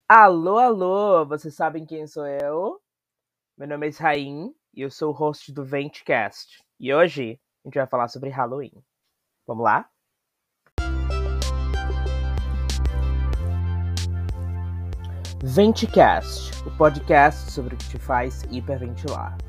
Alô, alô, vocês sabem quem sou eu? Meu nome é Israim e eu sou o host do Ventcast. E hoje a gente vai falar sobre Halloween. Vamos lá? Ventcast, o podcast sobre o que te faz hiperventilar.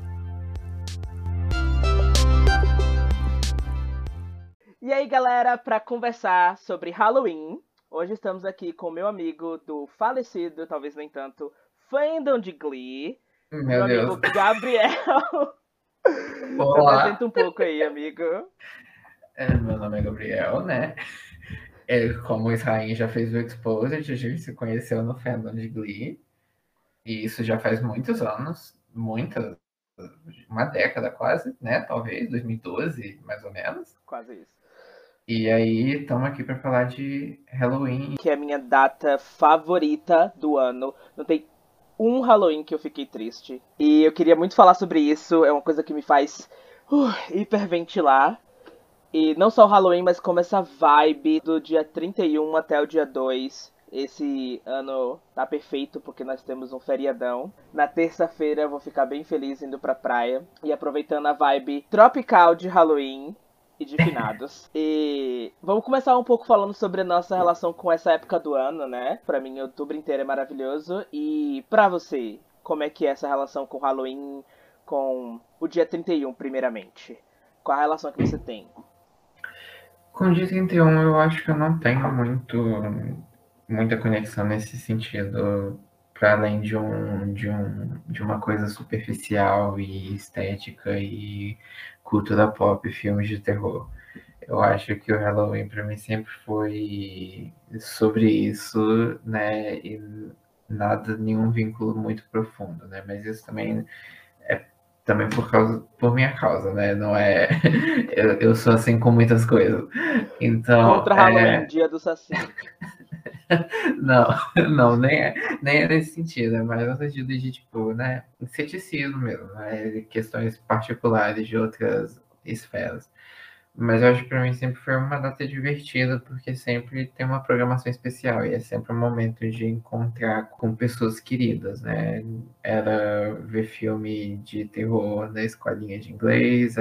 E aí, galera, para conversar sobre Halloween, hoje estamos aqui com meu amigo do falecido, talvez nem tanto, fandom de Glee, meu Meu amigo Deus. Gabriel. Se Olá, apresenta um pouco aí, amigo. meu nome é Gabriel, né? Como o Israel já fez o Exposed, a gente se conheceu no fandom de Glee. E isso já faz muitos anos, uma década quase, né? Talvez, 2012, mais ou menos. Quase isso. E aí, estamos aqui para falar de Halloween. Que é a minha data favorita do ano. Não tem um Halloween que eu fiquei triste. E eu queria muito falar sobre isso. É uma coisa que me faz hiperventilar. E não só o Halloween, mas como essa vibe do dia 31 até o dia 2. Esse ano tá perfeito porque nós temos um feriadão. Na terça-feira eu vou ficar bem feliz indo pra praia e aproveitando a vibe tropical de Halloween e de finados. E vamos começar um pouco falando sobre a nossa relação com essa época do ano, né? Pra mim, outubro inteiro é maravilhoso. E pra você, como é que é essa relação com o Halloween, com o dia 31, primeiramente? Qual a relação que você tem? Com o dia 31, eu acho que eu não tenho muita conexão nesse sentido, para além de uma coisa superficial e estética e cultura pop, filmes de terror. Eu acho que o Halloween para mim sempre foi sobre isso, né? E nada, nenhum vínculo muito profundo, né? Mas isso também é também por minha causa, né? Não é. Eu sou assim com muitas coisas. Então, Contra Halloween, dia do Saci. não, não, nem é nesse sentido, é mais no sentido de, tipo, né, ceticismo mesmo, né, questões particulares de outras esferas. Mas eu acho que pra mim sempre foi uma data divertida, porque sempre tem uma programação especial e é sempre um momento de encontrar com pessoas queridas, né? Era ver filme de terror na escolinha de inglês,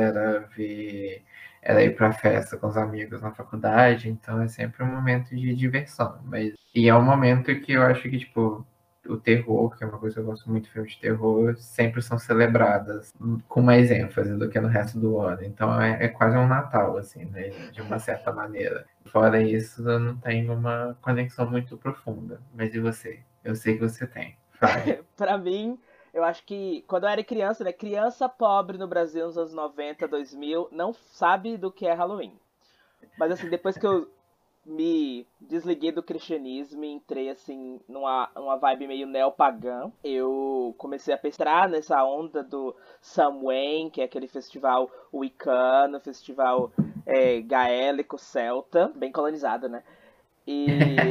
era ir pra festa com os amigos na faculdade, então é sempre um momento de diversão. E é um momento que eu acho que, tipo, o terror, que é uma coisa que eu gosto muito de filmes de terror, sempre são celebradas com mais ênfase do que no resto do ano. Então é quase um Natal, assim, né? De uma certa maneira. Fora isso, eu não tenho uma conexão muito profunda. Mas e você? Eu sei que você tem. Fale. Pra mim, eu acho que quando eu era criança, né? Criança pobre no Brasil nos anos 90, 2000, não sabe do que é Halloween. Mas assim, depois que eu me desliguei do cristianismo e entrei assim numa vibe meio neopagã, eu comecei a pensar nessa onda do Samhain, que é aquele festival wicano, festival gaélico celta, bem colonizado, né? E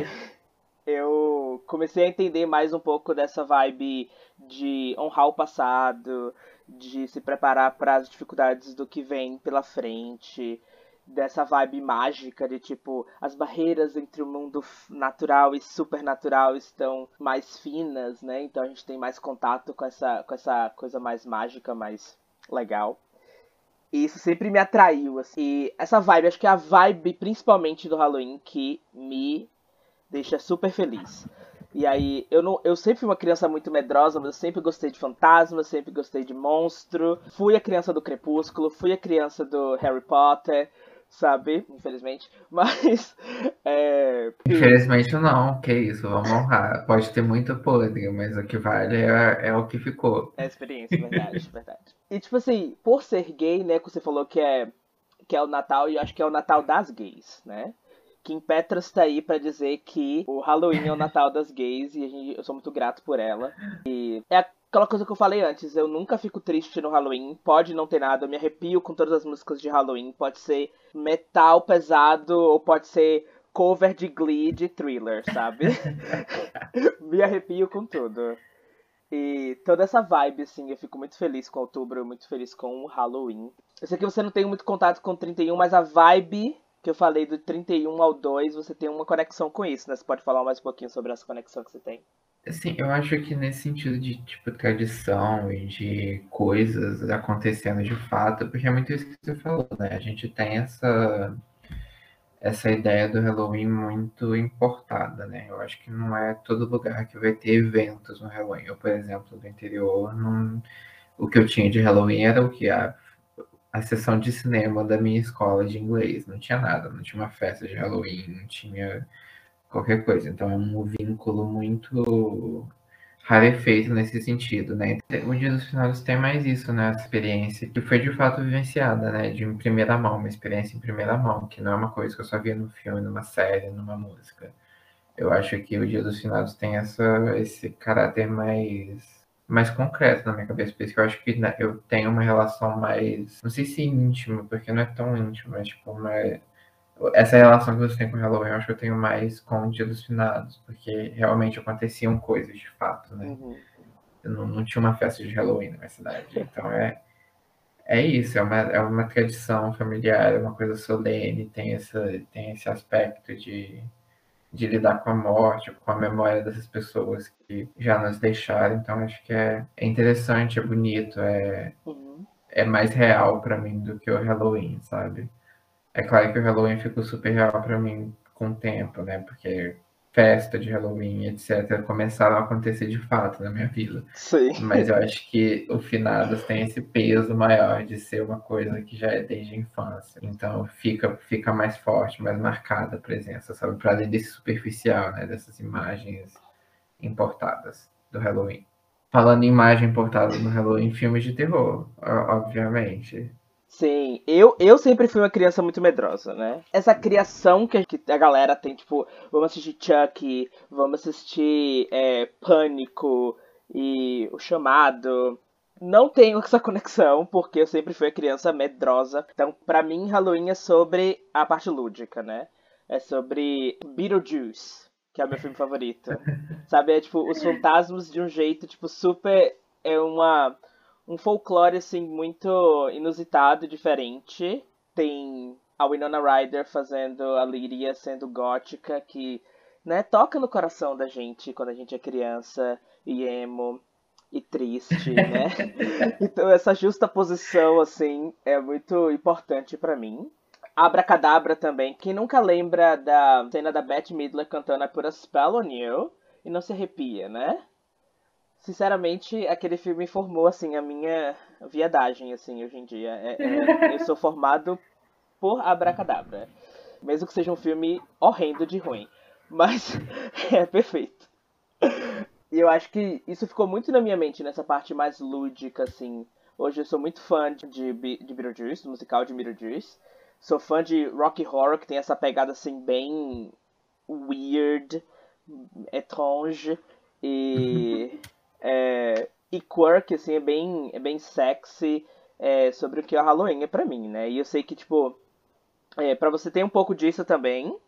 eu comecei a entender mais um pouco dessa vibe de honrar o passado, de se preparar para as dificuldades do que vem pela frente, dessa vibe mágica de tipo as barreiras entre o mundo natural e supernatural estão mais finas, né? Então a gente tem mais contato com essa coisa mais mágica, mais legal. E isso sempre me atraiu, assim. E essa vibe, acho que é a vibe principalmente do Halloween que me deixa super feliz. E aí, eu sempre fui uma criança muito medrosa, mas eu sempre gostei de fantasmas, sempre gostei de monstro. Fui a criança do Crepúsculo, fui a criança do Harry Potter, sabe? Infelizmente. Mas, e Infelizmente não, que isso, vamos honrar. Pode ter muita podre, mas o que vale é o que ficou. é a experiência, verdade, verdade. E tipo assim, por ser gay, né, que você falou que é o Natal, e eu acho que é o Natal das gays, né? Kim Petras tá aí pra dizer que o Halloween é o Natal das gays e eu sou muito grato por ela. É aquela coisa que eu falei antes, eu nunca fico triste no Halloween, pode não ter nada, eu me arrepio com todas as músicas de Halloween, pode ser metal pesado ou pode ser cover de Glee de Thriller, sabe? Me arrepio com tudo. E toda essa vibe, assim, eu fico muito feliz com outubro, muito feliz com o Halloween. Eu sei que você não tem muito contato com o 31, mas a vibe que eu falei do 31 ao 2, você tem uma conexão com isso, né? Você pode falar mais um pouquinho sobre essa conexão que você tem? Assim, eu acho que nesse sentido de, tipo, tradição e de coisas acontecendo de fato, porque é muito isso que você falou, né? A gente tem essa ideia do Halloween muito importada, né? Eu acho que não é todo lugar que vai ter eventos no Halloween. Eu, por exemplo, do interior, não... o que eu tinha de Halloween era o que? A sessão de cinema da minha escola de inglês. Não tinha nada, não tinha uma festa de Halloween, não tinha qualquer coisa. Então é um vínculo muito rarefeito nesse sentido, né? O Dia dos Finados tem mais isso, né? A experiência que foi de fato vivenciada, né? De em primeira mão, uma experiência em primeira mão, que não é uma coisa que eu só via no filme, numa série, numa música. Eu acho que o Dia dos Finados tem esse caráter mais concreto na minha cabeça, por isso que eu acho que né, eu tenho uma relação mais, não sei se íntima, porque não é tão íntima, mas tipo, essa relação que você tem com o Halloween, eu acho que eu tenho mais com o Dia dos Finados, porque realmente aconteciam coisas de fato, né? Uhum. Eu não tinha uma festa de Halloween na minha cidade, então é isso, é uma tradição familiar, é uma coisa solene, tem esse aspecto de lidar com a morte, com a memória dessas pessoas que já nos deixaram. Então, acho que é interessante, é bonito, Uhum. é mais real para mim do que o Halloween, sabe? É claro que o Halloween ficou super real para mim com o tempo, né? Porque festa de Halloween, etc., começaram a acontecer de fato na minha vida. Sim. Mas eu acho que o Finados tem esse peso maior de ser uma coisa que já é desde a infância. Então fica mais forte, mais marcada a presença, sabe? Para além desse superficial, né? Dessas imagens importadas do Halloween. Falando em imagem importada no Halloween, filmes de terror, obviamente. Sim, eu sempre fui uma criança muito medrosa, né? Essa criação que a galera tem, tipo, vamos assistir Chucky, vamos assistir Pânico e O Chamado. Não tenho essa conexão, porque eu sempre fui uma criança medrosa. Então, pra mim, Halloween é sobre a parte lúdica, né? É sobre Beetlejuice, que é o meu filme favorito. Sabe, é tipo, os fantasmas de um jeito, tipo, super. É um folclore assim muito inusitado e diferente. Tem a Winona Ryder fazendo a Lyria sendo gótica, que né, toca no coração da gente quando a gente é criança e emo e triste, né? Então essa justa posição assim é muito importante pra mim. Abracadabra também. Quem nunca lembra da cena da Bette Midler cantando I Put a Spell on You e não se arrepia, né? Sinceramente, aquele filme formou, assim, a minha viadagem, assim, hoje em dia. Eu sou formado por Abracadabra. Mesmo que seja um filme horrendo de ruim. Mas é perfeito. E eu acho que isso ficou muito na minha mente, nessa parte mais lúdica, assim. Hoje eu sou muito fã de Beetlejuice, do musical de Beetlejuice. Sou fã de Rocky Horror, que tem essa pegada, assim, bem weird, étrange. E e quirk, assim, é bem sexy sobre o que é o Halloween é pra mim, né? E eu sei que, tipo, pra você ter um pouco disso também,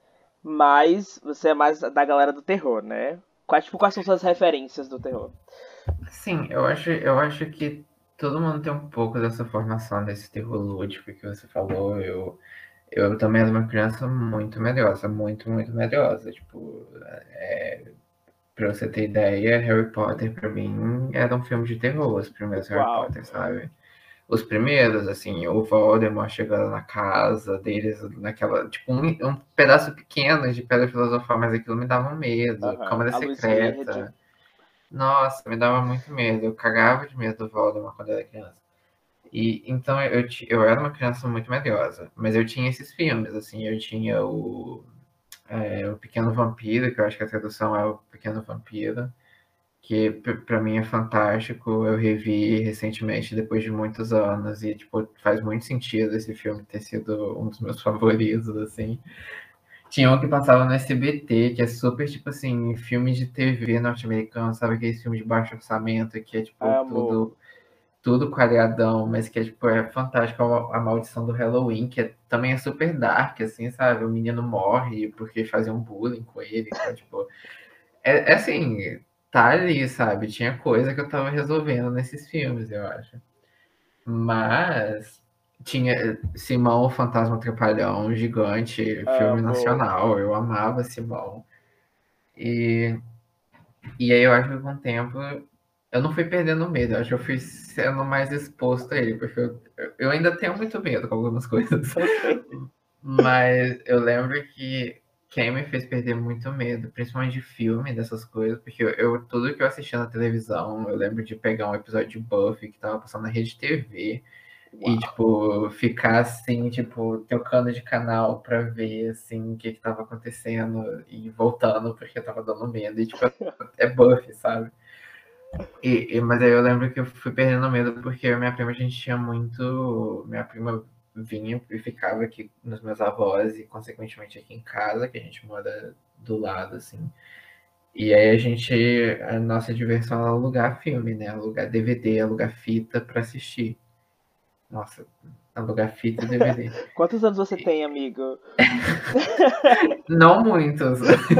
mas você é mais da galera do terror, né? Quais são suas referências do terror? Sim, eu acho que todo mundo tem um pouco dessa formação desse terror lúdico que você falou. Eu também era uma criança muito medrosa, muito, muito medrosa. Tipo, pra você ter ideia, Harry Potter pra mim era um filme de terror, os primeiros Harry Uau. Potter, sabe? Os primeiros, assim, o Voldemort chegando na casa deles, naquela, tipo, um pedaço pequeno de Pedra Filosofal, mas aquilo me dava um medo. Aham. Câmara A luz verde. Secreta. Nossa, me dava muito medo. Eu cagava de medo do Voldemort quando eu era criança. E então eu era uma criança muito medrosa, mas eu tinha esses filmes, assim, eu tinha o Pequeno Vampiro, que eu acho que a tradução é o Pequeno Vampiro, que pra mim é fantástico. Eu revi recentemente, depois de muitos anos, e tipo, faz muito sentido esse filme ter sido um dos meus favoritos, assim. Tinha um que passava no SBT, que é super, tipo assim, filme de TV norte-americano, sabe? Aquele filme de baixo orçamento, que é, tipo, Amo. tudo quadradão, mas que é, tipo, é fantástico. A Maldição do Halloween, que também é super dark, assim, sabe? O menino morre porque faziam bullying com ele. Então, tipo, assim, tá ali, sabe? Tinha coisa que eu tava resolvendo nesses filmes, eu acho. Mas tinha Simão, o Fantasma Trapalhão, gigante, filme Amo. nacional. Eu amava Simão. E E aí eu acho que com o tempo eu não fui perdendo medo, eu acho que eu fui sendo mais exposto a ele, porque eu ainda tenho muito medo com algumas coisas. Ok. Mas eu lembro que quem me fez perder muito medo, principalmente de filme, dessas coisas, porque tudo que eu assistia na televisão, eu lembro de pegar um episódio de Buffy que tava passando na rede TV e, Uau. tipo, ficar assim, tipo, trocando de canal pra ver, assim, o que que tava acontecendo e voltando porque tava dando medo. E, tipo, é Buffy, sabe? Mas aí eu lembro que eu fui perdendo medo porque eu e minha prima, a gente tinha muito. Minha prima vinha e ficava aqui nos meus avós e, consequentemente, aqui em casa, que a gente mora do lado, assim. E aí a gente. A nossa diversão era alugar filme, né? Alugar DVD, alugar fita pra assistir. Nossa, alugar fita e DVD. Quantos anos você tem, amigo? Não muitos.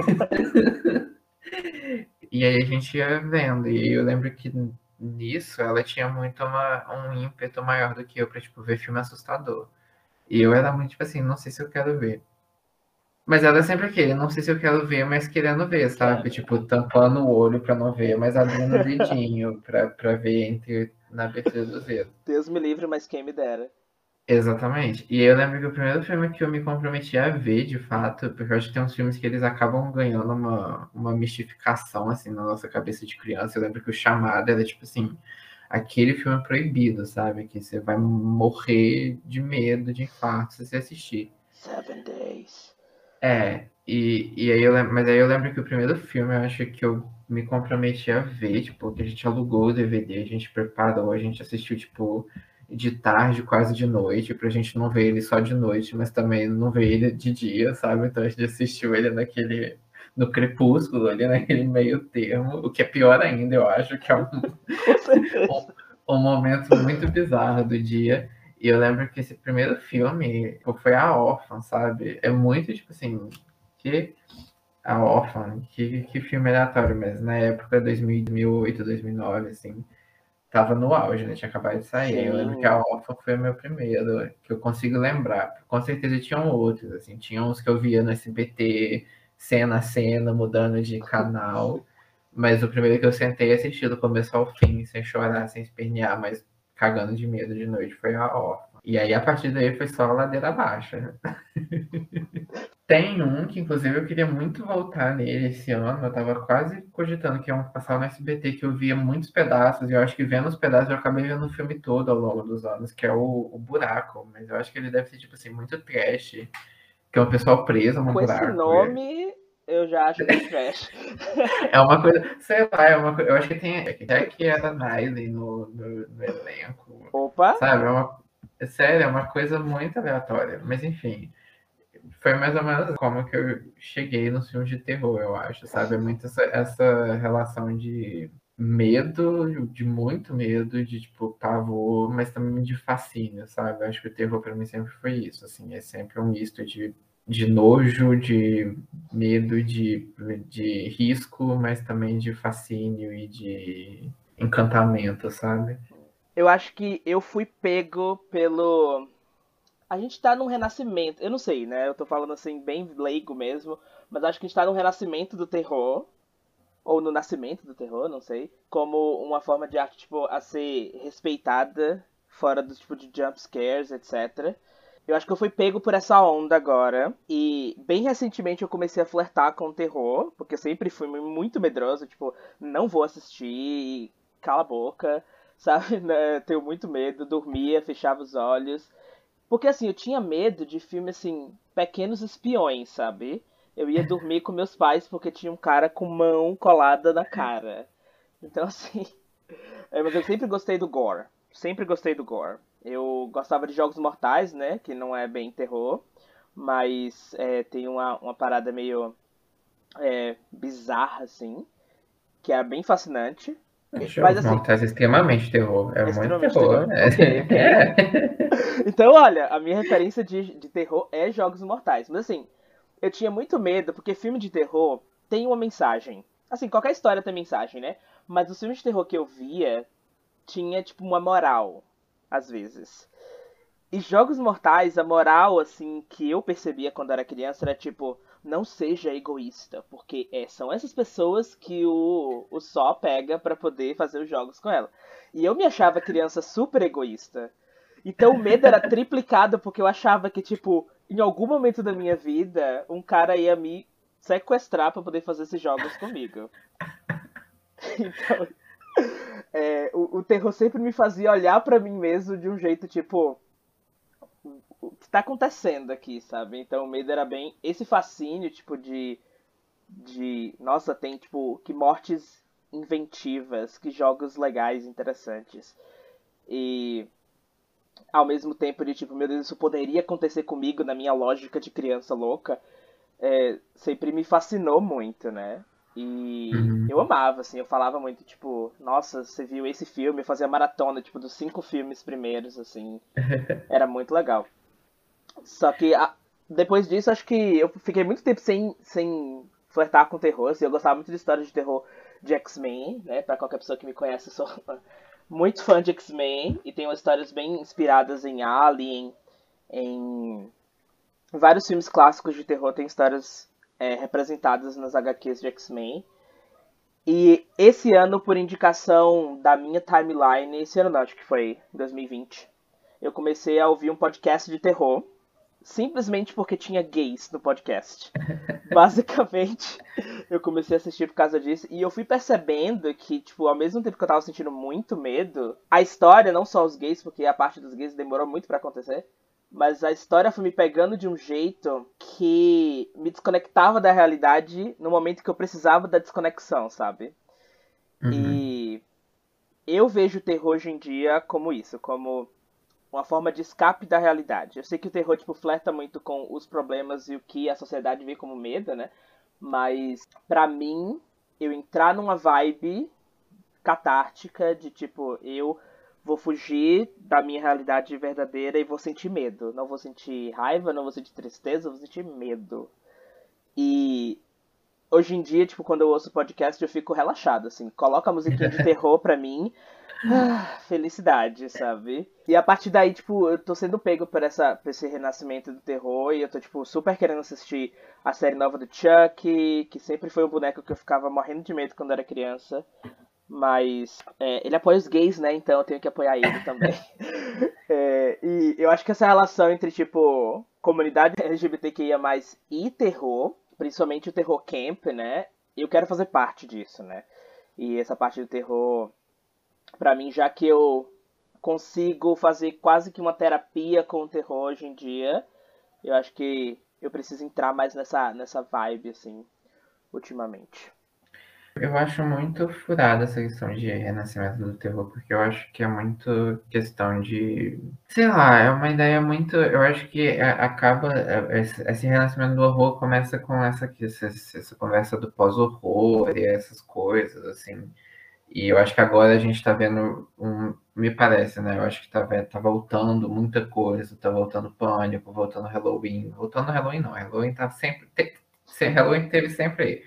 E aí a gente ia vendo. E eu lembro que nisso ela tinha muito um ímpeto maior do que eu pra, tipo, ver filme assustador. E eu era muito, tipo assim, não sei se eu quero ver. Mas ela é sempre aquele, não sei se eu quero ver, mas querendo ver, sabe? Quero. Tipo, tampando o olho pra não ver, mas abrindo o dedinho pra ver na abertura dos dedos. Deus me livre, mas quem me dera. Exatamente. E eu lembro que o primeiro filme que eu me comprometi a ver, de fato, porque eu acho que tem uns filmes que eles acabam ganhando uma mistificação, assim, na nossa cabeça de criança. Eu lembro que o Chamado era, tipo assim, aquele filme proibido, sabe? Que você vai morrer de medo, de infarto, se você assistir. 7 days. E aí mas aí eu lembro que o primeiro filme, eu acho que eu me comprometi a ver, tipo, que a gente alugou o DVD, a gente preparou, a gente assistiu, tipo, de tarde, quase de noite, pra gente não ver ele só de noite, mas também não ver ele de dia, sabe? Então a gente assistiu ele no crepúsculo, ali naquele meio termo, o que é pior ainda, eu acho, que é Com um, certeza. um momento muito bizarro do dia. E eu lembro que esse primeiro filme tipo, foi A Órfã, sabe? É muito, tipo assim, que A Órfã, que filme aleatório, mas na época, 2008, 2009, assim, tava no auge, né? Tinha acabado de sair. Eu lembro que A Sim. Órfã foi o meu primeiro, que eu consigo lembrar. Com certeza tinham outros, assim, tinha uns que eu via no SBT, cena a cena, mudando de canal. Mas o primeiro que eu sentei e assisti do começo ao fim, sem chorar, sem espernear, mas cagando de medo de noite, foi A Órfã. E aí, a partir daí, foi só ladeira abaixo. Tem um que, inclusive, eu queria muito voltar nele esse ano. Eu tava quase cogitando que ia passar no SBT, que eu via muitos pedaços, e eu acho que vendo os pedaços eu acabei vendo o filme todo ao longo dos anos, que é o Buraco. Mas eu acho que ele deve ser, tipo assim, muito trash, que é um pessoal preso num Com esse buraco. nome, eu já acho bem trash. É uma coisa, sei lá, eu acho que tem até que era Miley no elenco, Opa! sabe? É sério, é uma coisa muito aleatória. Mas enfim, foi mais ou menos como que eu cheguei nos filmes de terror, eu acho, sabe? É muito essa relação de medo, de muito medo, de tipo pavor, mas também de fascínio, sabe? Eu acho que o terror para mim sempre foi isso, assim, é sempre um misto de nojo, de medo, de risco, mas também de fascínio e de encantamento, sabe? Eu acho que eu fui pego pelo. A gente tá num renascimento. Eu não sei, né? Eu tô falando assim, bem leigo mesmo. Mas acho que a gente tá num renascimento do terror. Ou no nascimento do terror, não sei. Como uma forma de arte, tipo, a ser respeitada. Fora do tipo de jump scares, etc. Eu acho que eu fui pego por essa onda agora. E bem recentemente eu comecei a flertar com o terror. Porque eu sempre fui muito medroso. Tipo, não vou assistir. Cala a boca. Sabe? Né? Tenho muito medo. Dormia, fechava os olhos. Porque assim, eu tinha medo de filme assim, Pequenos Espiões, sabe? Eu ia dormir com meus pais porque tinha um cara com mão colada na cara. Então assim, mas eu sempre gostei do gore. Sempre gostei do gore. Eu gostava de Jogos Mortais, né? Que não é bem terror. Mas tem uma parada meio bizarra, assim. Que é bem fascinante. Mas Jogos assim, Mortais é extremamente terror, é é muito extremamente terror. terror. Ok, ok. É. Então, olha, a minha referência de terror é Jogos Mortais. Mas assim, eu tinha muito medo, porque filme de terror tem uma mensagem. Assim, qualquer história tem mensagem, né? Mas os filmes de terror que eu via tinha, tipo, uma moral, às vezes. E Jogos Mortais, a moral, assim, que eu percebia quando era criança era tipo: não seja egoísta, porque são essas pessoas que o Só pega pra poder fazer os jogos com ela. E eu me achava criança super egoísta. Então o medo era triplicado, porque eu achava que, tipo, em algum momento da minha vida, um cara ia me sequestrar pra poder fazer esses jogos comigo. Então, o terror sempre me fazia olhar pra mim mesmo de um jeito, tipo, o que tá acontecendo aqui, sabe? Então o medo era bem esse fascínio, tipo, nossa, tem, tipo, que mortes inventivas, que jogos legais, interessantes. E ao mesmo tempo de, tipo, meu Deus, isso poderia acontecer comigo na minha lógica de criança louca, sempre me fascinou muito, né? E eu Uhum. amava, assim, eu falava muito, tipo, nossa, você viu esse filme? Eu fazia maratona, tipo, dos 5 filmes primeiros, assim, era muito legal. Só que depois disso, acho que eu fiquei muito tempo sem flertar com terror. Assim, eu gostava muito de histórias de terror de X-Men, né? Pra qualquer pessoa que me conhece, eu sou muito fã de X-Men. E tem umas histórias bem inspiradas em Alien, em vários filmes clássicos de terror. Tem histórias representadas nas HQs de X-Men. E esse ano, por indicação da minha timeline, esse ano não, acho que foi 2020, eu comecei a ouvir um podcast de terror simplesmente porque tinha gays no podcast. Basicamente, eu comecei a assistir por causa disso. E eu fui percebendo que, tipo, ao mesmo tempo que eu tava sentindo muito medo, a história, não só os gays, porque a parte dos gays demorou muito pra acontecer, mas a história foi me pegando de um jeito que me desconectava da realidade no momento que eu precisava da desconexão, sabe? Uhum. E eu vejo o terror hoje em dia como isso, como uma forma de escape da realidade. Eu sei que o terror, tipo, flerta muito com os problemas e o que a sociedade vê como medo, né? Mas, pra mim, eu entrar numa vibe catártica de, tipo, eu vou fugir da minha realidade verdadeira e vou sentir medo. Não vou sentir raiva, não vou sentir tristeza, vou sentir medo. E hoje em dia, tipo, quando eu ouço podcast, eu fico relaxado, assim. Coloca a musiquinha de terror pra mim. Felicidade, sabe? E a partir daí, tipo, eu tô sendo pego por esse renascimento do terror e eu tô, tipo, super querendo assistir a série nova do Chuck, que sempre foi um boneco que eu ficava morrendo de medo quando era criança. Mas ele apoia os gays, né? Então eu tenho que apoiar ele também. E eu acho que essa relação entre, tipo, comunidade LGBTQIA+, e terror, principalmente o terror camp, né? Eu quero fazer parte disso, né? E essa parte do terror, pra mim, já que eu consigo fazer quase que uma terapia com o terror hoje em dia, eu acho que eu preciso entrar mais nessa vibe, assim, ultimamente. Eu acho muito furada essa questão de renascimento do terror, porque eu acho que é muito questão de. Sei lá, é uma ideia muito. Eu acho que acaba. Esse renascimento do horror começa com essa conversa do pós-horror e essas coisas, assim. E eu acho que agora a gente tá vendo me parece, né? Eu acho que tá voltando muita coisa, tá voltando Pânico, voltando Halloween. Voltando Halloween não, Halloween tá sempre. Halloween teve sempre aí.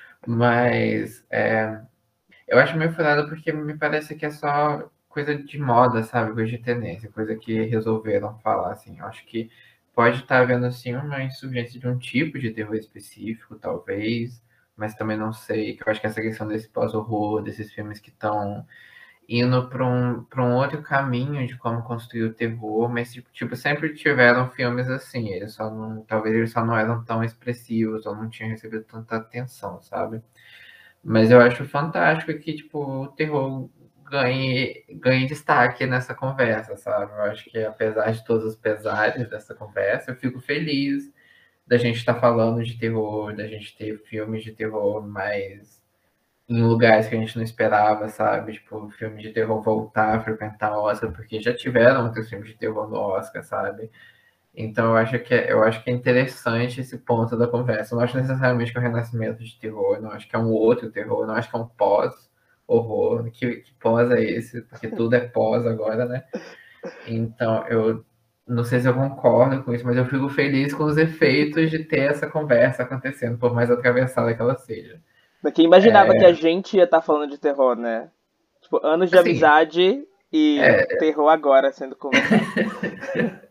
Mas eu acho meio furado porque me parece que é só coisa de moda, sabe? Coisa de tendência, coisa que resolveram falar, assim. Eu acho que pode estar havendo, assim, uma insurgência de um tipo de terror específico, talvez, mas também não sei. Que eu acho que essa questão desse pós-horror, desses filmes que estão indo para um outro caminho de como construir o terror, mas, tipo, sempre tiveram filmes assim. Eles só não, talvez eles só não eram tão expressivos ou não tinham recebido tanta atenção, sabe? Mas eu acho fantástico que, tipo, o terror ganhe destaque nessa conversa, sabe? Eu acho que, apesar de todos os pesares dessa conversa, eu fico feliz da gente estar falando de terror, da gente ter filmes de terror mais em lugares que a gente não esperava, sabe? Tipo, filme de terror voltar a frequentar o Oscar, porque já tiveram outros filmes de terror no Oscar, sabe? Então eu acho que é interessante esse ponto da conversa. Eu não acho necessariamente que é um renascimento de terror, eu não acho que é um outro terror, eu não acho que é um pós-horror. Que pós é esse? Porque tudo é pós agora, né? Então eu não sei se eu concordo com isso, mas eu fico feliz com os efeitos de ter essa conversa acontecendo, por mais atravessada que ela seja. Quem imaginava que a gente ia estar falando de terror, né? Tipo, anos de Assim, amizade e é, terror agora sendo conversado.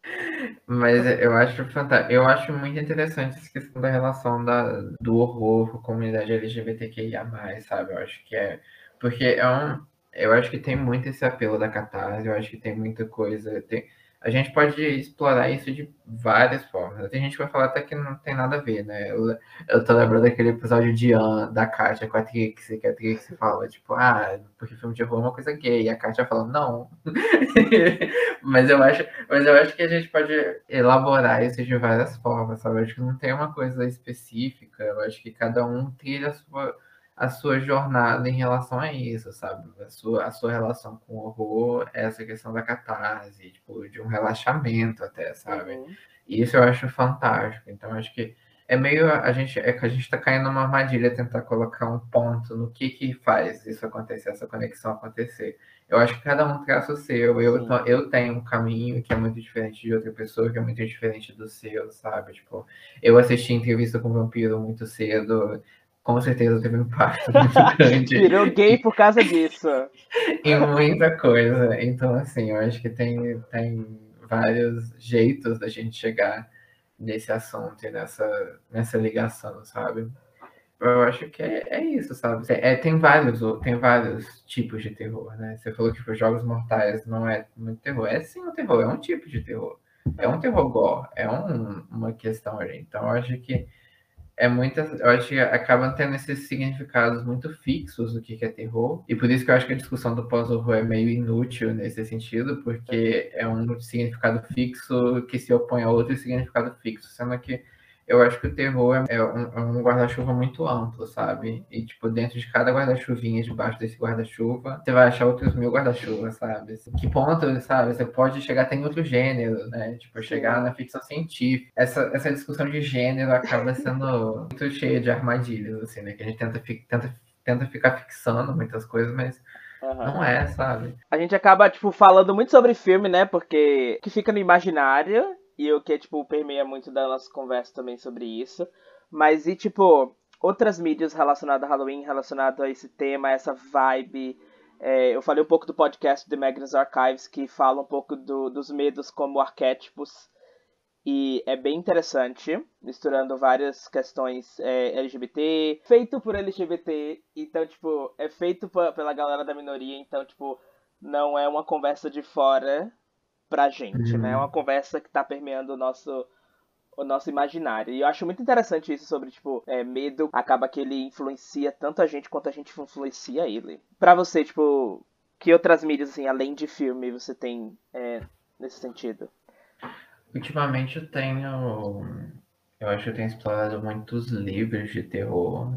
Mas eu acho fantástico. Eu acho muito interessante essa questão da relação do horror com a comunidade LGBTQIA+, sabe? Eu acho que é. Porque eu acho que tem muito esse apelo da catarse, eu acho que tem muita coisa. A gente pode explorar isso de várias formas. Tem gente que vai falar até que não tem nada a ver, né? Eu tô lembrando daquele episódio da Kátia com a Trixie, que a Trixie fala, tipo, porque filme de horror é uma coisa gay. E a Kátia fala, não. Mas eu acho que a gente pode elaborar isso de várias formas, sabe? Eu acho que não tem uma coisa específica. Eu acho que cada um trilha a sua jornada em relação a isso, sabe? A sua relação com o horror, essa questão da catarse, tipo, de um relaxamento até, sabe? Uhum. E isso eu acho fantástico. Então, eu acho que é meio que a gente está caindo numa armadilha tentar colocar um ponto no que faz isso acontecer, essa conexão acontecer. Eu acho que cada um traça o seu. Sim. Eu tenho um caminho que é muito diferente de outra pessoa, que é muito diferente do seu, sabe? Tipo, eu assisti Entrevista com o Vampiro muito cedo, com certeza teve um impacto muito grande Virou gay por causa disso. em muita coisa. Então, assim, eu acho que tem vários jeitos da gente chegar nesse assunto e nessa ligação, sabe? Eu acho que é isso, sabe? Tem vários tipos de terror, né? Você falou que os Jogos Mortais não é muito terror. É sim um terror, é um tipo de terror. É um É. terror gore, uma questão ali. Então, eu acho que acabam tendo esses significados muito fixos do que é terror. E por isso que eu acho que a discussão do pós-horror é meio inútil nesse sentido, porque é um significado fixo que se opõe a outro significado fixo, sendo que eu acho que o terror é um guarda-chuva muito amplo, sabe? Uhum. E, tipo, dentro de cada guarda-chuvinha, debaixo desse guarda-chuva, você vai achar outros mil guarda-chuvas, sabe? Que ponto, sabe? Você pode chegar até em outro gênero, né? Tipo, chegar Sim. na ficção científica. Essa discussão de gênero acaba sendo muito cheia de armadilhas, assim, né? Que a gente tenta ficar fixando muitas coisas, mas Aham. não é, sabe? A gente acaba, tipo, falando muito sobre filme, né? Porque que fica no imaginário e o que, tipo, permeia muito da nossa conversa também sobre isso. Mas e, tipo, outras mídias relacionadas a Halloween, relacionado a esse tema, a essa vibe. Eu falei um pouco do podcast The Magnus Archives, que fala um pouco dos medos como arquétipos. E é bem interessante, misturando várias questões LGBT, feito por LGBT, então, tipo, é feito pela galera da minoria, então, tipo, não é uma conversa de fora pra gente, né? É uma Uhum. conversa que tá permeando o nosso imaginário. E eu acho muito interessante isso sobre, tipo, medo acaba que ele influencia tanto a gente quanto a gente influencia ele. Pra você, tipo, que outras mídias, assim, além de filme, você tem nesse sentido? Ultimamente eu acho que eu tenho explorado muitos livros de terror.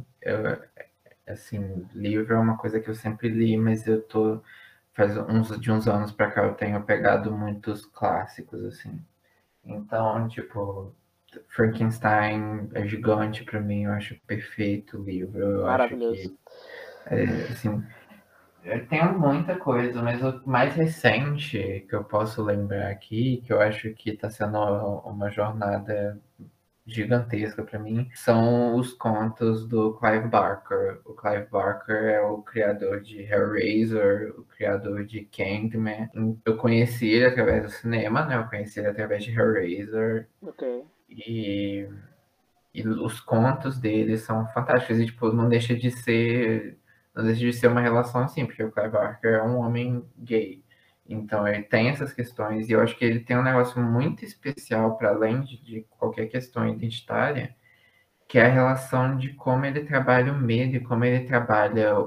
Assim, livro é uma coisa que eu sempre li, mas faz uns anos pra cá eu tenho pegado muitos clássicos, assim. Então, tipo, Frankenstein é gigante pra mim, eu acho perfeito o livro. Eu acho Maravilhoso. que, assim, eu tenho muita coisa, mas o mais recente que eu posso lembrar aqui, que eu acho que está sendo uma jornada gigantesca para mim, são os contos do Clive Barker. O Clive Barker é o criador de Hellraiser, o criador de Candyman. Eu conheci ele através do cinema, né? Eu conheci ele através de Hellraiser Ok. e, e os contos dele são fantásticos e tipo não deixa de ser uma relação assim, porque o Clive Barker é um homem gay. Então ele tem essas questões e eu acho que ele tem um negócio muito especial para além de qualquer questão identitária, que é a relação de como ele trabalha o medo e como ele trabalha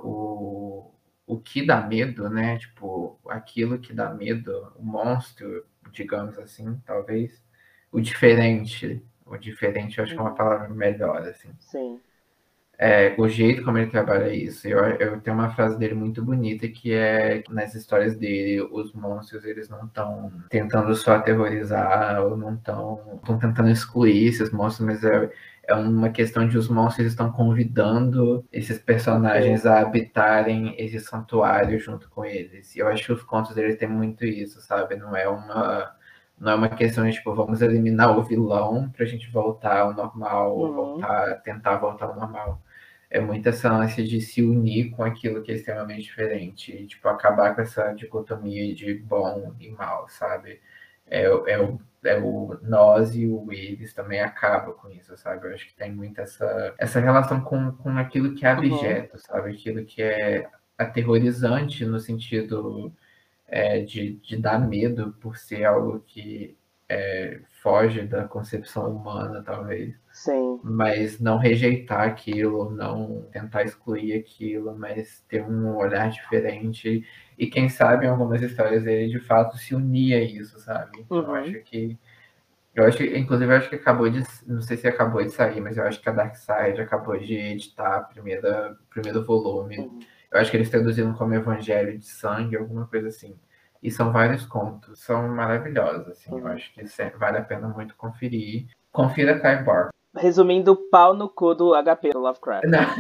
o que dá medo, né? Tipo, aquilo que dá medo, o monstro, digamos assim, talvez, o diferente. O diferente eu acho que é uma Uhum. palavra melhor, assim. Sim. O jeito como ele trabalha isso. Eu tenho uma frase dele muito bonita que é que nas histórias dele, os monstros eles não estão tentando só aterrorizar ou não estão tentando excluir esses monstros, mas é uma questão de os monstros estão convidando esses Ok. personagens a habitarem esse santuário junto com eles. E eu acho que os contos dele tem muito isso, sabe? Não é uma questão de, tipo, vamos eliminar o vilão pra gente voltar ao normal, ou Uhum. tentar voltar ao normal. É muito essa ânsia de se unir com aquilo que é extremamente diferente. E, tipo, acabar com essa dicotomia de bom e mal, sabe? o nós e o eles também acaba com isso, sabe? Eu acho que tem muito essa relação com aquilo que é Uhum. abjeto, sabe? Aquilo que é aterrorizante no sentido de dar medo por ser algo que foge da concepção humana, talvez. Sim. Mas não rejeitar aquilo, não tentar excluir aquilo, mas ter um olhar diferente. E quem sabe em algumas histórias ele de fato se unir a isso, sabe? Então Uhum. inclusive, eu acho que acabou de. Não sei se acabou de sair, mas eu acho que a Darkseid acabou de editar o primeiro volume. Uhum. Eu acho que eles traduziram como Evangelho de Sangue, alguma coisa assim. E são vários contos, são maravilhosos, assim. Eu Uhum. acho que vale a pena muito conferir. Confira Clive Barker. Resumindo, pau no cu do HP do Lovecraft. Não.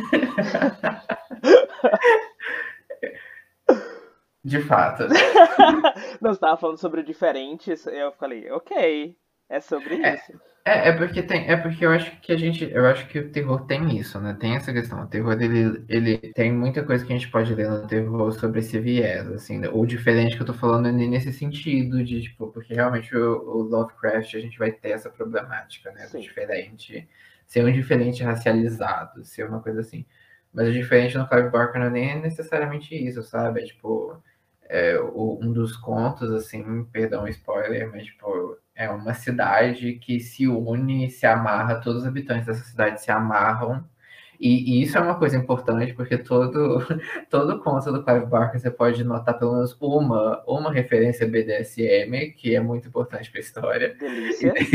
De fato. Não, você tava falando sobre o diferente, eu falei, ok, é sobre É, isso. é porque eu acho que o terror tem isso, né? Tem essa questão. O terror, ele tem muita coisa que a gente pode ler no terror sobre esse viés, assim, né? O diferente que eu tô falando é nesse sentido de, tipo, porque realmente o Lovecraft, a gente vai ter essa problemática, né? Do Sim. diferente, ser um diferente racializado, ser uma coisa assim. Mas o diferente no Clive Barker não é nem necessariamente isso, sabe? É, tipo, um dos contos, assim, perdão, spoiler, mas, tipo, é uma cidade que se une, se amarra, todos os habitantes dessa cidade se amarram. E isso é uma coisa importante, porque todo conto do Clive Barker você pode notar pelo menos uma referência BDSM, que é muito importante para a história. E, Delícia.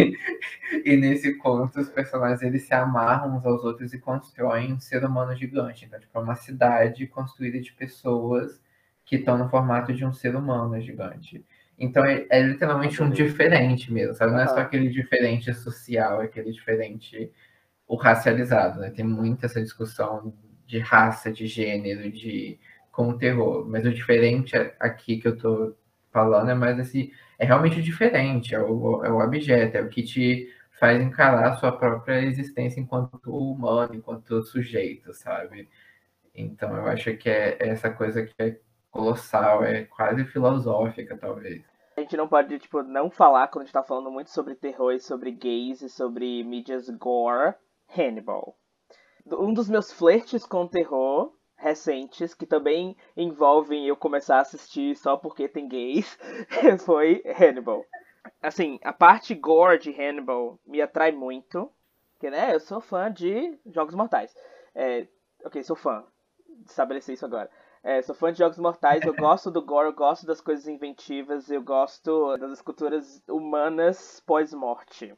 e nesse conto, os personagens eles se amarram uns aos outros e constroem um ser humano gigante. Então, tipo, é uma cidade construída de pessoas que estão no formato de um ser humano gigante. Então é Oh, literalmente um delícia. diferente mesmo, sabe? Não é só Aham. aquele diferente social, é aquele diferente, o racializado, né? Tem muita essa discussão de raça, de gênero, com o terror. Mas o diferente aqui que eu tô falando é mais assim, é realmente diferente, é o abjeto, é o que te faz encarar a sua própria existência enquanto humano, enquanto sujeito, sabe? Então eu acho que é essa coisa que é colossal, é quase filosófica, talvez. A gente não pode, tipo, não falar quando a gente tá falando muito sobre terror e sobre gays e sobre mídias gore, Hannibal. Um dos meus flertes com terror recentes, que também envolvem eu começar a assistir só porque tem gays, foi Hannibal. Assim, a parte gore de Hannibal me atrai muito, porque, né, eu sou fã de Jogos Mortais. É, ok, sou fã, estabelecer isso agora. Sou fã de Jogos Mortais, eu gosto do gore, eu gosto das coisas inventivas, eu gosto das esculturas humanas pós-morte.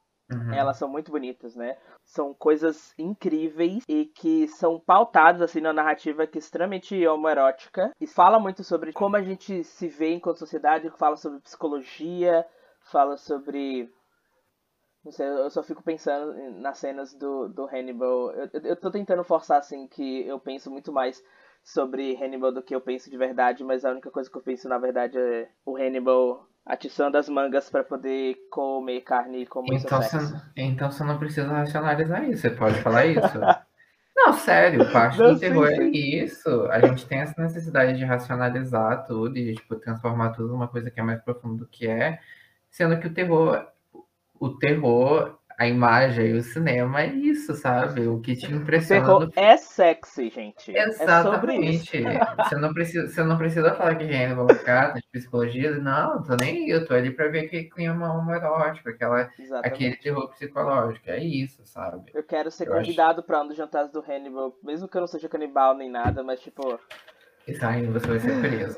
Uhum. Elas são muito bonitas, né? São coisas incríveis e que são pautadas assim na narrativa que é extremamente homoerótica e fala muito sobre como a gente se vê enquanto sociedade, fala sobre psicologia, fala sobre. Não sei, eu só fico pensando nas cenas do Hannibal. Eu tô tentando forçar, assim, que eu penso muito mais sobre Hannibal do que eu penso de verdade, mas a única coisa que eu penso, na verdade, é o Hannibal atiçando as mangas pra poder comer carne como isso é Então você, sexo. então você não precisa racionalizar isso, você pode falar isso. Não, sério, parte Não, do sim, terror é sim. isso. A gente tem essa necessidade de racionalizar tudo e tipo, transformar tudo numa coisa que é mais profunda do que é, sendo que o terror, a imagem e o cinema é isso, sabe? O que te O impressiona terror no é sexy, gente. É sobre isso. Exatamente. Você não precisa falar que Hannibal é uma carta de psicologia. Não, tô nem aí. Eu tô ali pra ver aquele clima homoerótico, aquele Exatamente. terror psicológico. É isso, sabe? Eu quero ser Eu acho convidado pra um dos jantares do Hannibal, mesmo que eu não seja canibal nem nada, mas tipo. que saindo você vai ser preso.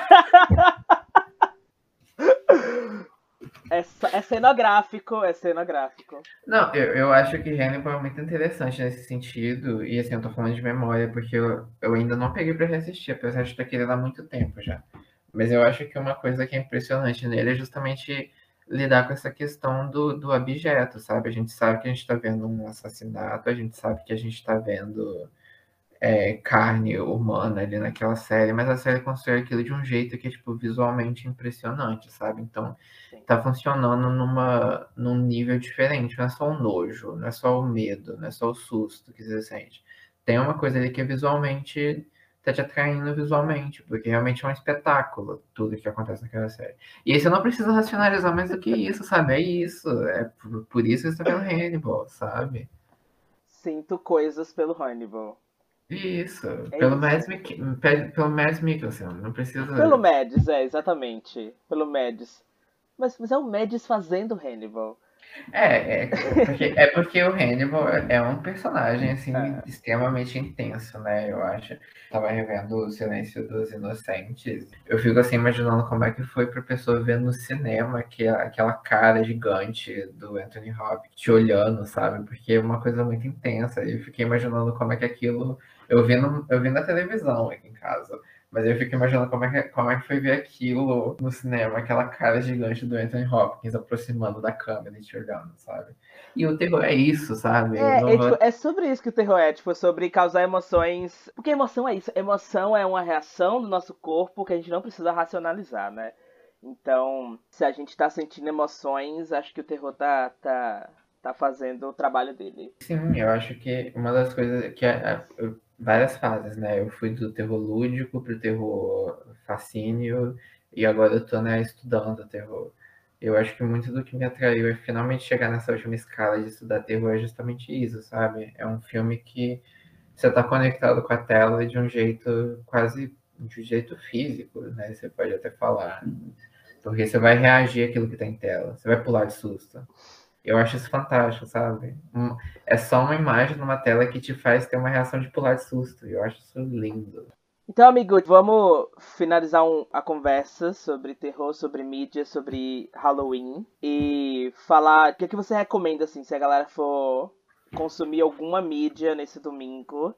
É cenográfico, é cenográfico. Não, eu acho que Hannibal é muito interessante nesse sentido. E assim, eu tô falando de memória porque eu ainda não peguei pra reassistir, apesar de estar querendo há muito tempo já. Mas eu acho que uma coisa que é impressionante nele é justamente lidar com essa questão do abjeto, sabe? A gente sabe que a gente está vendo um assassinato, a gente sabe que a gente está vendo carne humana ali naquela série, mas a série constrói aquilo de um jeito que é, tipo, visualmente impressionante, sabe? Então, Sim. tá funcionando num nível diferente, não é só o nojo, não é só o medo, não é só o susto que você sente. Tem uma coisa ali que é visualmente tá te atraindo visualmente, porque realmente é um espetáculo tudo que acontece naquela série. E aí você não precisa racionalizar mais do que isso, sabe? É isso. É por isso que você tá vendo Hannibal, sabe? Sinto coisas pelo Hannibal. Isso. É Pelo isso. Mads, pelo Mads Mikkelsen. Não Pelo precisa. Mads, exatamente. Pelo Mads. Mas é o Mads fazendo Hannibal. É porque o Hannibal é um personagem assim É. extremamente intenso, né? Eu acho. Tava revendo O Silêncio dos Inocentes. Eu fico assim imaginando como é que foi pra pessoa ver no cinema aquela cara gigante do Anthony Hopkins te olhando, sabe? Porque é uma coisa muito intensa. E eu fiquei imaginando como é que aquilo. Eu vi na televisão aqui em casa. Mas eu fico imaginando como é que foi ver aquilo no cinema, aquela cara gigante do Anthony Hopkins aproximando da câmera e te olhando, sabe? E o terror é isso, sabe? Tipo, é sobre isso que o terror é, tipo, sobre causar emoções. Porque emoção é isso. Emoção é uma reação do nosso corpo que a gente não precisa racionalizar, né? Então, se a gente tá sentindo emoções, acho que o terror tá fazendo o trabalho dele. Sim, eu acho que uma das coisas que várias fases, né? Eu fui do terror lúdico pro terror fascínio e agora eu tô, né, estudando terror. Eu acho que muito do que me atraiu é finalmente chegar nessa última escala de estudar terror é justamente isso, sabe? É um filme que você está conectado com a tela de um jeito quase de um jeito físico, né? Você pode até falar. Porque você vai reagir àquilo que está em tela. Você vai pular de susto. Eu acho isso fantástico, sabe? É só uma imagem numa tela que te faz ter uma reação de pular de susto. Eu acho isso lindo. Então, amigo, vamos finalizar a conversa sobre terror, sobre mídia, sobre Halloween e falar o que você recomenda, assim, se a galera for consumir alguma mídia nesse domingo,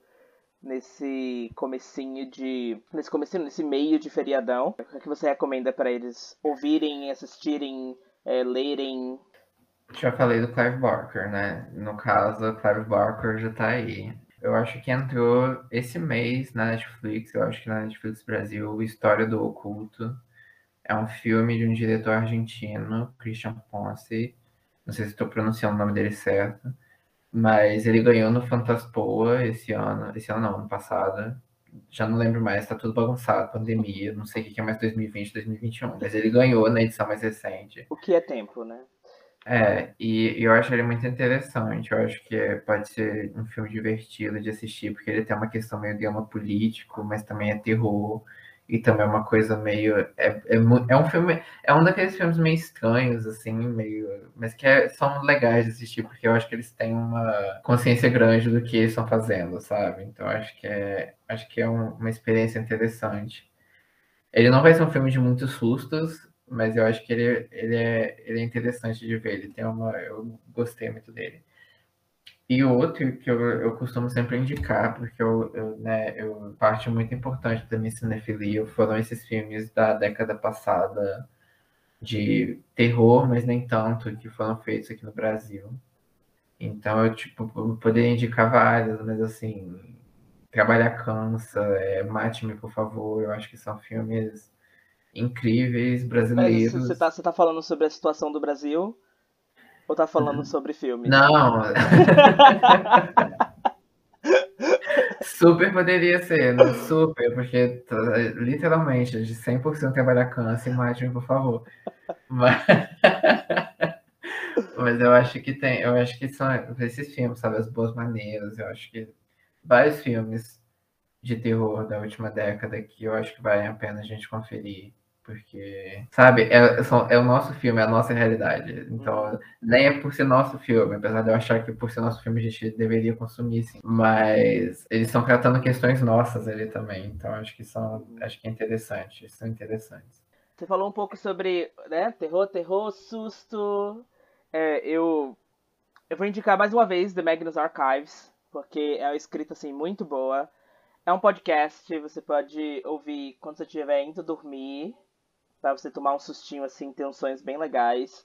nesse meio de feriadão. O que você recomenda para eles ouvirem, assistirem, lerem? Já falei do Clive Barker, né? No caso, o Clive Barker já tá aí. Eu acho que entrou esse mês na Netflix, eu acho que na Netflix Brasil, História do Oculto. É um filme de um diretor argentino, Christian Ponce. Não sei se estou pronunciando o nome dele certo, mas ele ganhou no Fantaspoa esse ano. Esse ano não, ano passado. Já não lembro mais, tá tudo bagunçado, pandemia, não sei o que é mais 2020, 2021. Mas ele ganhou na edição mais recente. O que é tempo, né? E eu acho ele muito interessante. Eu acho que pode ser um filme divertido de assistir, porque ele tem uma questão meio drama político, mas também é terror. E também é uma coisa meio. É um filme. É um daqueles filmes meio estranhos, assim, meio. Mas que são legais de assistir, porque eu acho que eles têm uma consciência grande do que eles estão fazendo, sabe? Então acho que é uma experiência interessante. Ele não vai ser um filme de muitos sustos, mas eu acho que ele é interessante de ver. Eu gostei muito dele. E o outro que eu costumo sempre indicar, porque parte muito importante da minha cinefilia foram esses filmes da década passada de terror, mas nem tanto, que foram feitos aqui no Brasil. Então eu tipo eu poderia indicar vários, mas assim, Trabalhar Cansa, Mate-me, por favor. Eu acho que são filmes incríveis, Mas você brasileiros. tá falando sobre a situação do Brasil ou tá falando sobre filmes? Não, super poderia ser, né? Super, porque literalmente de 100% trabalhar câncer, imagem, por favor. Mas, mas eu acho que são esses filmes, sabe? As Boas Maneiras, eu acho que vários filmes de terror da última década que eu acho que vale a pena a gente conferir. Porque, sabe, é o nosso filme, é a nossa realidade. Uhum. Então, nem é por ser nosso filme, apesar de eu achar que por ser nosso filme a gente deveria consumir, sim. Mas eles estão tratando questões nossas ali também. Então, Uhum. acho que é interessante, são interessantes. Você falou um pouco sobre, né, terror, susto. Eu vou indicar mais uma vez The Magnus Archives, porque é uma escrita assim muito boa. É um podcast, você pode ouvir quando você estiver indo dormir, pra você tomar um sustinho assim, ter uns sonhos bem legais,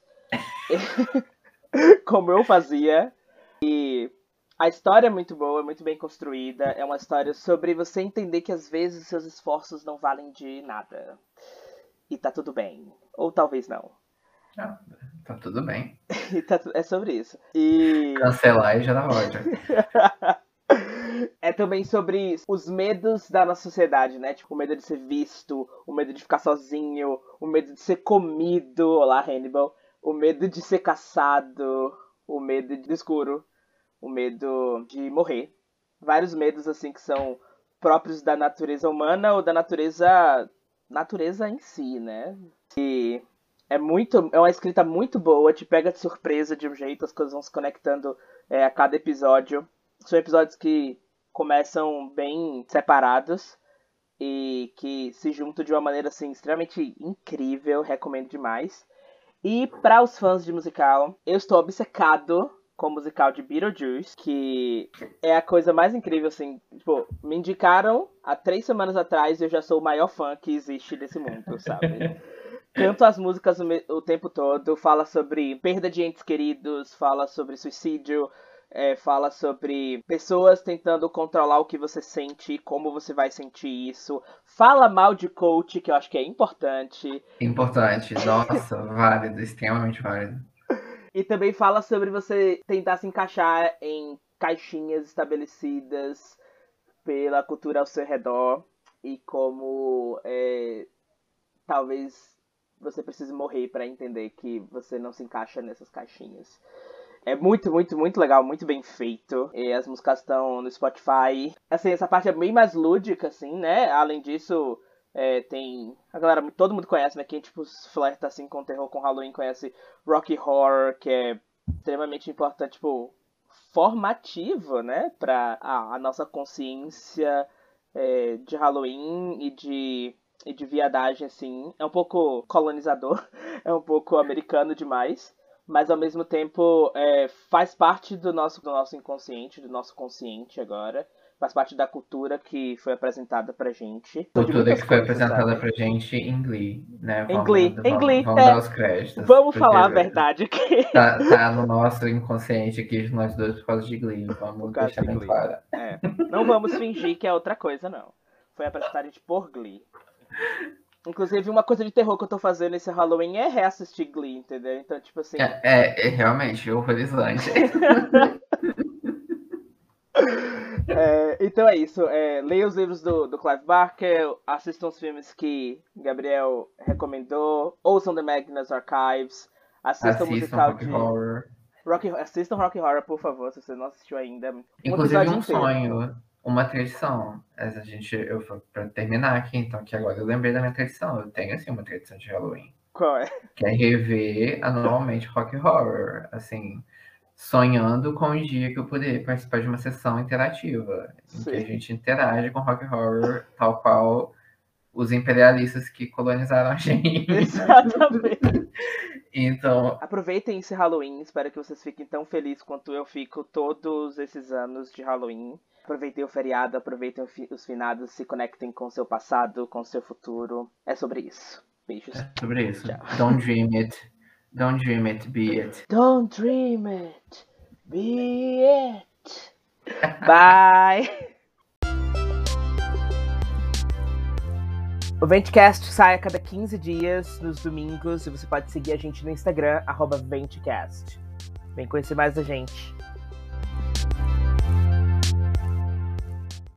como eu fazia. A história é muito boa, é muito bem construída. É uma história sobre você entender que às vezes os seus esforços não valem de nada. E tá tudo bem. Ou talvez não. Ah, tá tudo bem. É sobre isso. E Cancelar e gerar ódio. É também sobre os medos da nossa sociedade, né? Tipo, o medo de ser visto, o medo de ficar sozinho, o medo de ser comido, olá Hannibal, o medo de ser caçado, o medo do escuro, o medo de morrer. Vários medos, assim, que são próprios da natureza humana ou da natureza em si, né? E é uma escrita muito boa, te pega de surpresa de um jeito, as coisas vão se conectando a cada episódio. São episódios que começam bem separados e que se juntam de uma maneira assim extremamente incrível, recomendo demais. E para os fãs de musical, eu estou obcecado com o musical de Beetlejuice, que é a coisa mais incrível, assim. Tipo, me indicaram há 3 semanas atrás e eu já sou o maior fã que existe desse mundo, sabe? Canto as músicas o tempo todo, fala sobre perda de entes queridos, fala sobre suicídio, fala sobre pessoas tentando controlar o que você sente, como você vai sentir isso. Fala mal de coach, que eu acho que é importante. Importante, nossa, válido, extremamente válido. E também fala sobre você tentar se encaixar em caixinhas estabelecidas pela cultura ao seu redor e como talvez você precise morrer para entender que você não se encaixa nessas caixinhas. É muito, muito, muito legal, muito bem feito. E as músicas estão no Spotify. Assim, essa parte é bem mais lúdica, assim, né? Além disso, tem... A galera, todo mundo conhece, né? Quem, tipo, flerta, assim, com terror, com Halloween, conhece Rocky Horror, que é extremamente importante, tipo, formativo, né? Pra a nossa consciência de Halloween e de viadagem, assim. É um pouco colonizador, é um pouco americano demais. Mas ao mesmo tempo faz parte do nosso inconsciente, do nosso consciente agora. Faz parte da cultura que foi apresentada pra gente. Cultura que foi coisas, apresentada sabe? pra gente em Glee, né? Em Glee, Vamos dar os créditos. Vamos Porque falar a verdade aqui. tá no nosso inconsciente aqui, nós dois, por causa de Glee. Vamos deixar bem claro. Não vamos fingir que é outra coisa, não. Foi apresentada por Glee. Inclusive, uma coisa de terror que eu tô fazendo esse Halloween é reassistir Glee, entendeu? Então, tipo assim... É realmente horrorizante. Então é isso. Leia os livros do Clive Barker, assistam os filmes que Gabriel recomendou, ouçam The Magnus Archives, assistam o musical Rocky Horror. Assistam Rocky Horror, por favor, se você não assistiu ainda. Inclusive um sonho, uma tradição. Pra terminar aqui, então, que agora eu lembrei da minha tradição. Eu tenho, assim, uma tradição de Halloween. Qual é? Que é rever anualmente Rocky Horror, assim, sonhando com o dia que eu poder participar de uma sessão interativa, em que a gente interage com Rocky Horror, tal qual os imperialistas que colonizaram a gente. Exatamente. Então, aproveitem esse Halloween, espero que vocês fiquem tão felizes quanto eu fico todos esses anos de Halloween. Aproveitem o feriado, aproveitem os finados, se conectem com o seu passado, com o seu futuro. É sobre isso. Beijos. É sobre isso. Tchau. Don't dream it. Don't dream it, be it. Don't dream it, be it. Bye. O Ventcast sai a cada 15 dias, nos domingos, e você pode seguir a gente no Instagram, @Ventcast. Vem conhecer mais da gente.